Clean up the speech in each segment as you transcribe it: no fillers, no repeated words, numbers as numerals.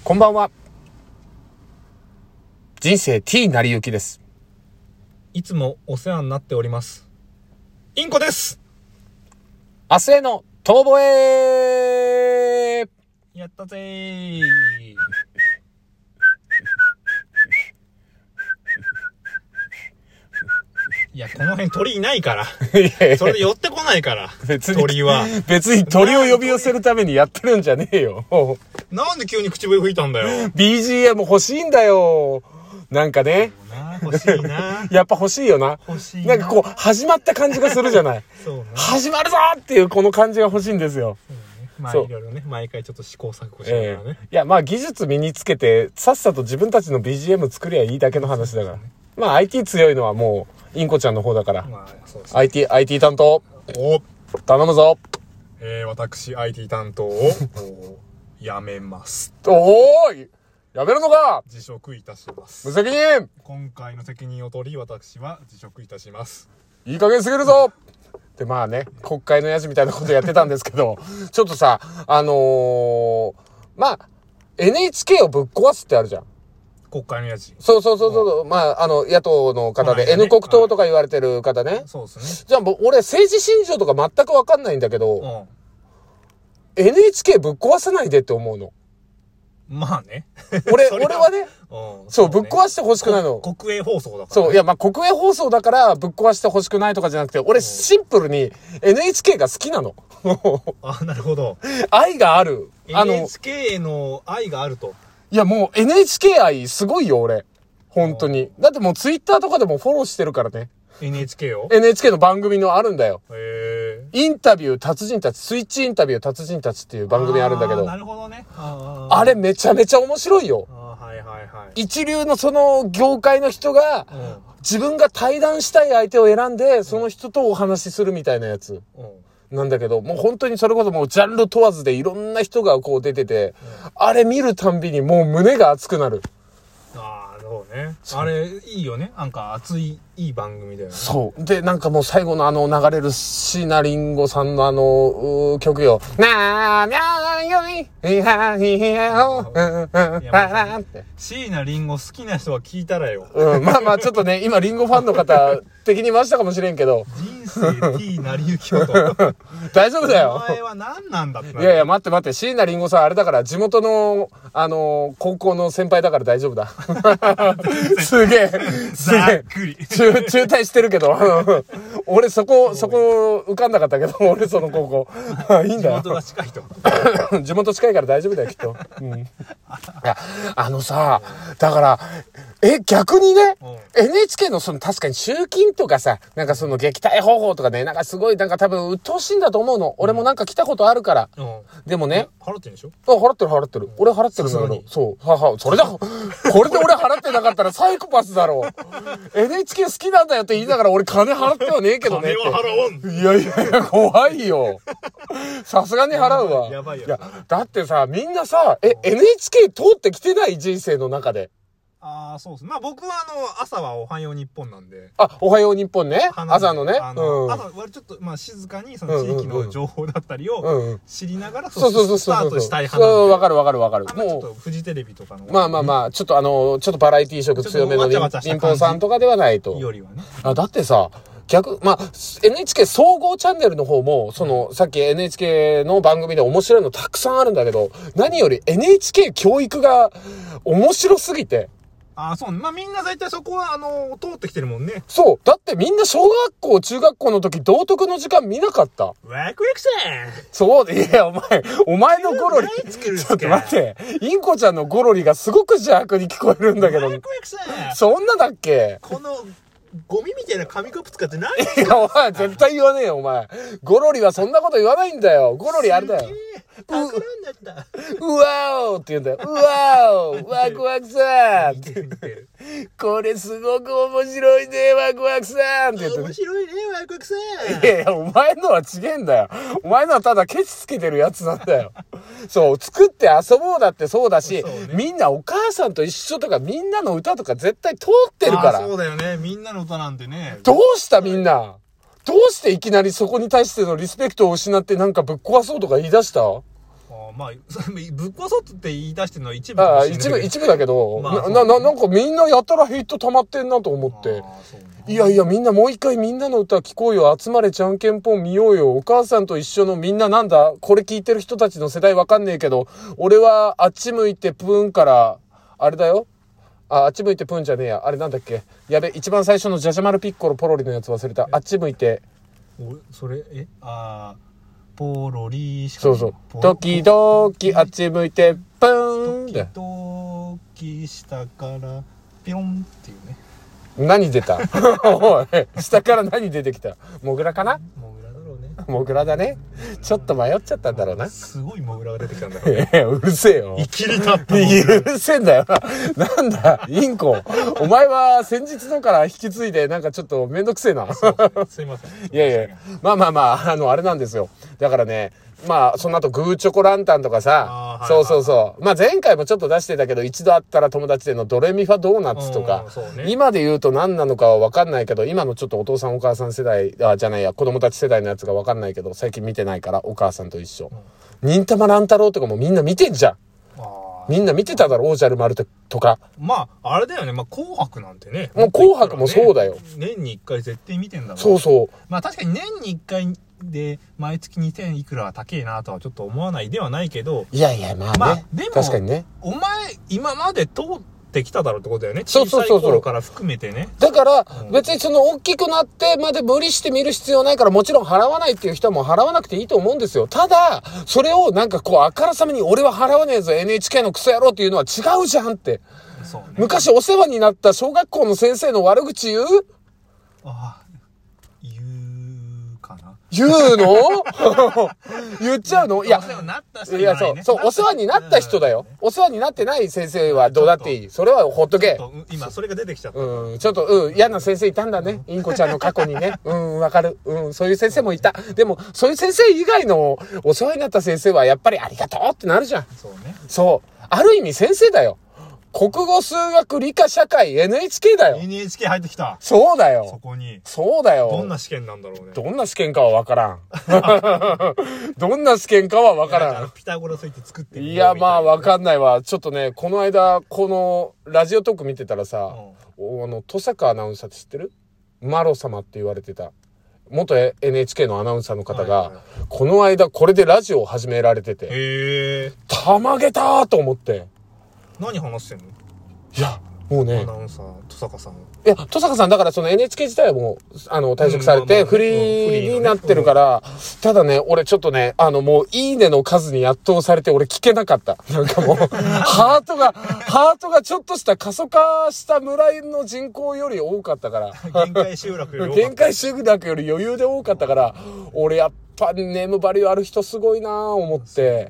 こんばんは。人生 T なりゆきです。 いつもお世話になっております。インコです。 明日への遠吠え。 やったぜー。いや、この辺鳥いないから。それで寄ってこないから。鳥は。 別に鳥を呼び寄せるためにやってるんじゃねえよ。 なんで急に口笛吹いたんだよ。 BGM 欲しいんだよ。なんかね。 欲しいな。 やっぱ欲しいよな。 欲しいなんかこう、始まった感じがするじゃない。 そうね。 始まるぞっていうこの感じが欲しいんですよ。 まあいろいろね、毎回ちょっと試行錯誤しながらね。 いや、まあ技術身につけて、さっさと自分たちの BGM 作りゃいいだけの話だから。まあ IT 強いのはもう、インコちゃんの方だから。 まあ、そうですね。 IT 担当。頼むぞ。 私、IT 担当を、辞めます。 おーいやめるのか。 辞職いたします。 無責任。 今回の責任を取り、私は辞職いたします。 いい加減すぎるぞ。で、まあね、国会のやじみたいなことやってたんですけど、ちょっとさ、まあ、NHK をぶっ壊すってあるじゃん。 国会のやじ。 そう。まあ、野党の方で、N 国党とか言われてる方ね。 そうですね。 じゃあ、俺、政治信条とか全くわかんないんだけど、NHK ぶっ壊さないでって思うの。 まあね。 俺はね、そう、ぶっ壊してほしくないの。 国営放送だから。 そう、いや、まあ、国営放送だからぶっ壊してほしくないとかじゃなくて、俺、シンプルに NHK が好きなの。 あ、なるほど。 愛がある。 NHK への愛があると。 いや、もう NHK 愛すごいよ、俺。本当に。だってもう Twitter とかでもフォローしてるからね。 NHK を NHK の番組のあるんだよ。 インタビュー達人たち、スイッチインタビュー達人たちっていう番組あるんだけど。 なるほどね。 あれめちゃめちゃ面白いよ。一流のその業界の人が、自分が対談したい相手を選んで、その人とお話しするみたいなやつ。なんだけど、もう本当にそれこそもうジャンル問わずでいろんな人がこう出てて、あれ見るたんびにもう胸が熱くなる。 そうね。あれ、いいよね。なんか熱い、いい番組だよね。 そう。で、なんかもう最後の流れる椎名林檎さんの曲よ。なーにゃーよい、いはひやお、 って。椎名林檎好きな人は聞いたらよ。 まあまあちょっとね、今林檎ファンの方的に回したかもしれんけど。 人生 T なりゆきよと。 大丈夫だよ。 お前は何なんだって。 いや待って。椎名林檎さんあれだから、地元の、高校の先輩だから大丈夫だ。すげえ。 ざっくり。 中退してるけど、俺そこ受かんなかったけど、俺その高校。いいんだよ。 地元が近いと。 地元近いから大丈夫だよ、きっと。いや、さ、だから、逆にね、NHK の確かに集金とかさ、なんかその撃退方法とかね、なんかすごいなんか多分鬱陶しいんだと思うの。俺もなんか来たことあるから。でもね。 払ってるでしょ？ 払ってる。俺払ってるんだけど。そう。それだ。これで俺払ってなかったらサイコパスだろう。NHK 好きなんだよって言いながら俺金払ってはねえけどね。 金は払わん。 いや、怖いよ。さすがに払うわ。 やばいよ。 いや、だってさ、みんなさ、NHK 通ってきてない人生の中で。 そうです。まあ僕は朝はおはよう日本なんで。 おはよう日本ね。朝のね。 朝はちょっと、静かにその地域の情報だったりを知りながら、スタートしたい話。 そう、わかる。 もう、ちょっとフジテレビとかの。 まあ、ちょっとバラエティ色強めの民放さんとかではないと。 よりはね。 だってさ、NHK 総合チャンネルの方も、さっき NHK の番組で面白いのたくさんあるんだけど、何より NHK 教育が面白すぎて。 そう。まあ、みんな大体そこは、通ってきてるもんね。 そう。だってみんな小学校、中学校の時、道徳の時間見なかった。 ワクワクさそう。いや、お前のゴロリ。ちょっと待って。インコちゃんのゴロリがすごく邪悪に聞こえるんだけど。 ワクワクさそんなだっけ？ この、ゴミみたいな紙コップ使って何？ いや、お前、絶対言わねえよ、お前。ゴロリはそんなこと言わないんだよ。ゴロリあれだよ。 うわーって言うんだよ。うわーワクワクさーって。これすごく面白いね、ワクワクさーって言って。 面白いね、ワクワクさー。いや、お前のは違えんだよ。お前のはただケチつけてるやつなんだよ。そう、作って遊ぼうだってそうだし、みんなお母さんと一緒とかみんなの歌とか絶対通ってるから。 そうだよね。みんなの歌なんてね。 どうしたみんな。どうしていきなりそこに対してのリスペクトを失ってなんかぶっ壊そうとか言い出した？ まあ、ぶっ壊そうって言い出してるのは一部かもしれないけど。 一部だけど、 まあなんかみんなやたらヘイト溜まってんなと思って。いやいや、みんなもう一回みんなの歌聞こうよ。集まれじゃんけんぽん見ようよ。お母さんと一緒のみんななんだこれ聞いてる人たちの世代わかんねえけど、俺はあっち向いてプーンから、あれだよ。あっち向いてプーンじゃねえや。あれなんだっけ。やべ、一番最初のジャジャマルピッコロポロリのやつ忘れた。あっち向いて。 それ、ポロリしか。 そうそう。時々あっち向いてプーンだ。 時々下からピョンっていうね。 何出たおい、下から何出てきた？モグラかな？ モグラだろうね。 モグラだね。ちょっと迷っちゃったんだろうな。 すごいモグラが出てきたんだろう。 うるせえよ。 いきり立った。 うるせえんだよ。なんだ、インコ。お前は先日のから引き継いでなんかちょっとめんどくせえな。 すいません。 いやいや、まあ、あれなんですよ。だからね、まあ、その後、グーチョコランタンとかさ、そう。まあ、前回もちょっと出してたけど、一度会ったら友達でのドレミファドーナツとか、今で言うと何なのかは分かんないけど、今のちょっとお父さんお母さん世代、じゃないや、子供たち世代のやつが分かんないけど、最近見てないから、お母さんと一緒。忍たま乱太郎とかもみんな見てんじゃん。みんな見てただろ、おじゃる丸とか。 まあ、あれだよね。まあ、紅白なんてね。 もう紅白もそうだよ。 年に一回絶対見てんだもん。 そう。 まあ、確かに年に一回で、毎月2000いくらは高えなとはちょっと思わないではないけど。 いや、まあね。でも、確かにね。 お前、今まで通ってきただろうってことだよね。 そう。 小さい頃から含めてね。 だから、別にその大きくなってまで無理して見る必要ないから、もちろん払わないっていう人はもう払わなくていいと思うんですよ。ただ、それをなんかこう、あからさまに俺は払わねえぞ、NHK のクソ野郎っていうのは違うじゃんって。 そうね。 昔お世話になった小学校の先生の悪口言う？言うの言っちゃうの？いや、 お世話になった人じゃないね。 そう、お世話になった人だよ。お世話になってない先生はどうだっていい。それはほっとけ。 今、それが出てきちゃった。 ちょっと、嫌な先生いたんだね。インコちゃんの過去にね。わかる。そういう先生もいた。でも、そういう先生以外のお世話になった先生はやっぱりありがとうってなるじゃん。 そうね。 そう。ある意味先生だよ。国語、数学、理科、社会、NHK だよ。 NHK 入ってきた。 そうだよ。 そこに。 そうだよ。 どんな試験なんだろうね。 どんな試験かはわからん。どんな試験かはわからん。 ピタゴラスイッチ作ってる。 いや、まあわかんないわ。ちょっとね、この間、このラジオトーク見てたらさ、登坂アナウンサーって知ってる？マロ様って言われてた。元 NHK のアナウンサーの方が、この間これでラジオを始められてて、たまげたーと思って。 何話してんの？ いや、もうね。 アナウンサー、登坂さん。 いや、登坂さんだからその NHK 自体はもう、退職されて、フリーになってるから、ただね、俺ちょっとね、もう、いいねの数に圧倒されて俺聞けなかった。なんかもう、ハートがちょっとした過疎化した村の人口より多かったから。 限界集落より限界集落より余裕で多かったから、俺やっぱネームバリューある人すごいなぁ思って、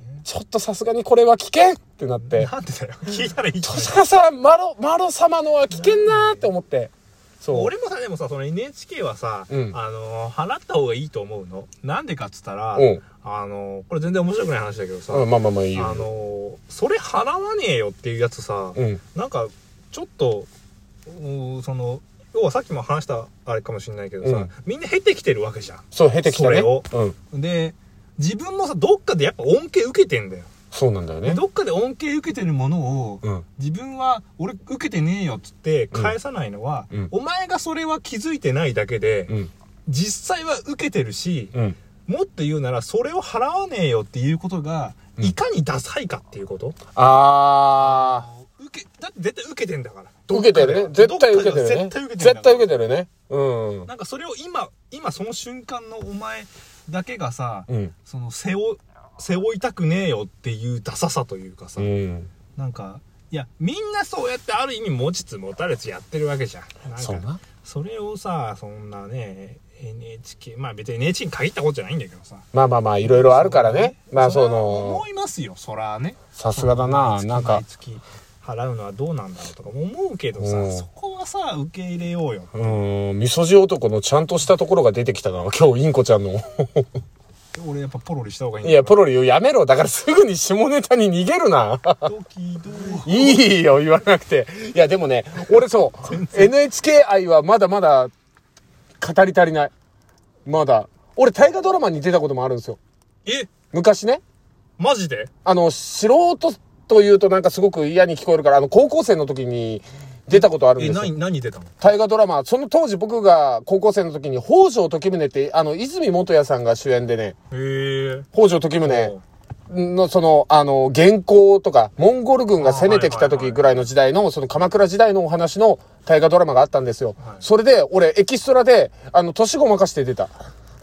ちょっとさすがにこれは危険ってなって。 なんでだよ。聞いたらいい。 登坂さん、マロ様のは危険なーって思って。 そう。俺もさ、でもさ、その NHK はさ、払った方がいいと思うの。なんでかっつったら、これ全然面白くない話だけどさ、 まあいいよ。 それ払わねえよっていうやつさ、なんか、ちょっと、要はさっきも話したあれかもしれないけどさ、みんな経てきてるわけじゃん。 そう、経てきたね。 それを。で、自分もさ、どっかでやっぱ恩恵受けてんだよ。 そうなんだよね。 どっかで恩恵受けてるものを、自分は、俺受けてねえよっつって返さないのは、お前がそれは気づいてないだけで、実際は受けてるし、もっと言うなら、それを払わねえよっていうことが、いかにダサいかっていうこと。 だって絶対受けてんだから。 受けてるね。絶対受けてるね。絶対受けてるね。 なんかそれを今その瞬間のお前だけがさ、その背負いたくねえよっていうダサさというかさ、なんか、いや、みんなそうやってある意味持ちつ持たれつやってるわけじゃん。なんか、それをさ、そんなね、NHK、まあ別に NHK に限ったことじゃないんだけどさ。 まあ、いろいろあるからね。まあ思いますよ、そらね。 さすがだな、なんか。 払うのはどうなんだろうとか思うけどさ、そこはさ、受け入れようよ。 みそじ男のちゃんとしたところが出てきたな、今日、インコちゃんの。 俺やっぱポロリした方がいいんだ。 いや、ポロリやめろ。だからすぐに下ネタに逃げるな。いいよ、言わなくて。いや、でもね、俺そう、NHK 愛はまだまだ語り足りない。まだ。俺、大河ドラマに出たこともあるんですよ。昔ね。 マジで？ 素人というとなんかすごく嫌に聞こえるから、高校生の時に出たことあるんですよ。 何出たの？ 大河ドラマ。その当時僕が高校生の時に、北条時宗って、泉元彌さんが主演でね、北条時宗の元寇とか、モンゴル軍が攻めてきた時ぐらいの時代の、その鎌倉時代のお話の大河ドラマがあったんですよ。はい、それで、俺、エキストラで、年ごまかして出た。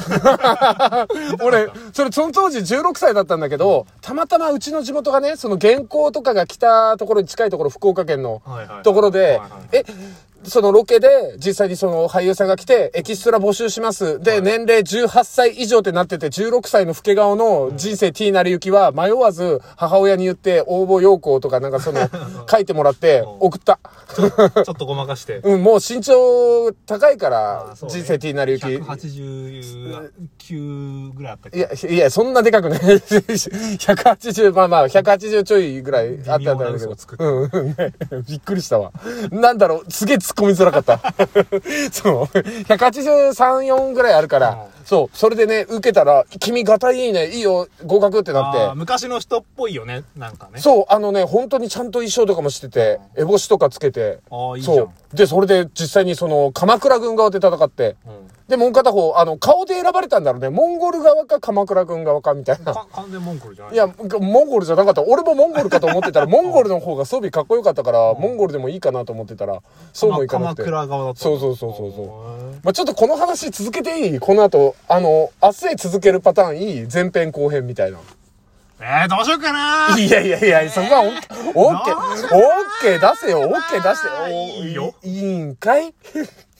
俺、その当時16歳だったんだけど、たまたまうちの地元がね、その元寇とかが来たところに近いところ、福岡県のところで、そのロケで実際にその俳優さんが来てエキストラ募集します。で、年齢18歳以上ってなってて16歳の老け顔の人生 T なりゆきは迷わず母親に言って応募要項とかなんかその書いてもらって送った。 ちょっとごまかして。 うん、もう身長高いから人生 T なりゆき。 189ぐらいあったっけ？ いや、そんなでかくない。180、まあ、180ちょいぐらいあったんだけど。びっくりしたわ。なんだろう、すげえ突っ込みづらかった。そう。183、4ぐらいあるから、そう。それでね、受けたら、君ガタイいいね、いいよ、合格ってなって。 昔の人っぽいよね、なんかね。 そう、本当にちゃんと衣装とかもしてて、烏帽子とかつけて。 いいじゃん。そう。 で、それで実際に鎌倉軍側で戦って、で、もう片方、顔で選ばれたんだろうね。モンゴル側か鎌倉軍側かみたいな。 完全モンゴルじゃない？ いや、モンゴルじゃなかった。俺もモンゴルかと思ってたら、モンゴルの方が装備かっこよかったから、モンゴルでもいいかなと思ってたら、そうもいかなくて。 鎌倉側だった。 そう。まあ、ちょっとこの話続けていい？この後、明日へ続けるパターンいい？前編後編みたいな。 どうしようかな。 いや、そこはオッケー出せよ、オッケー出して。 いいよ。 いいんかい？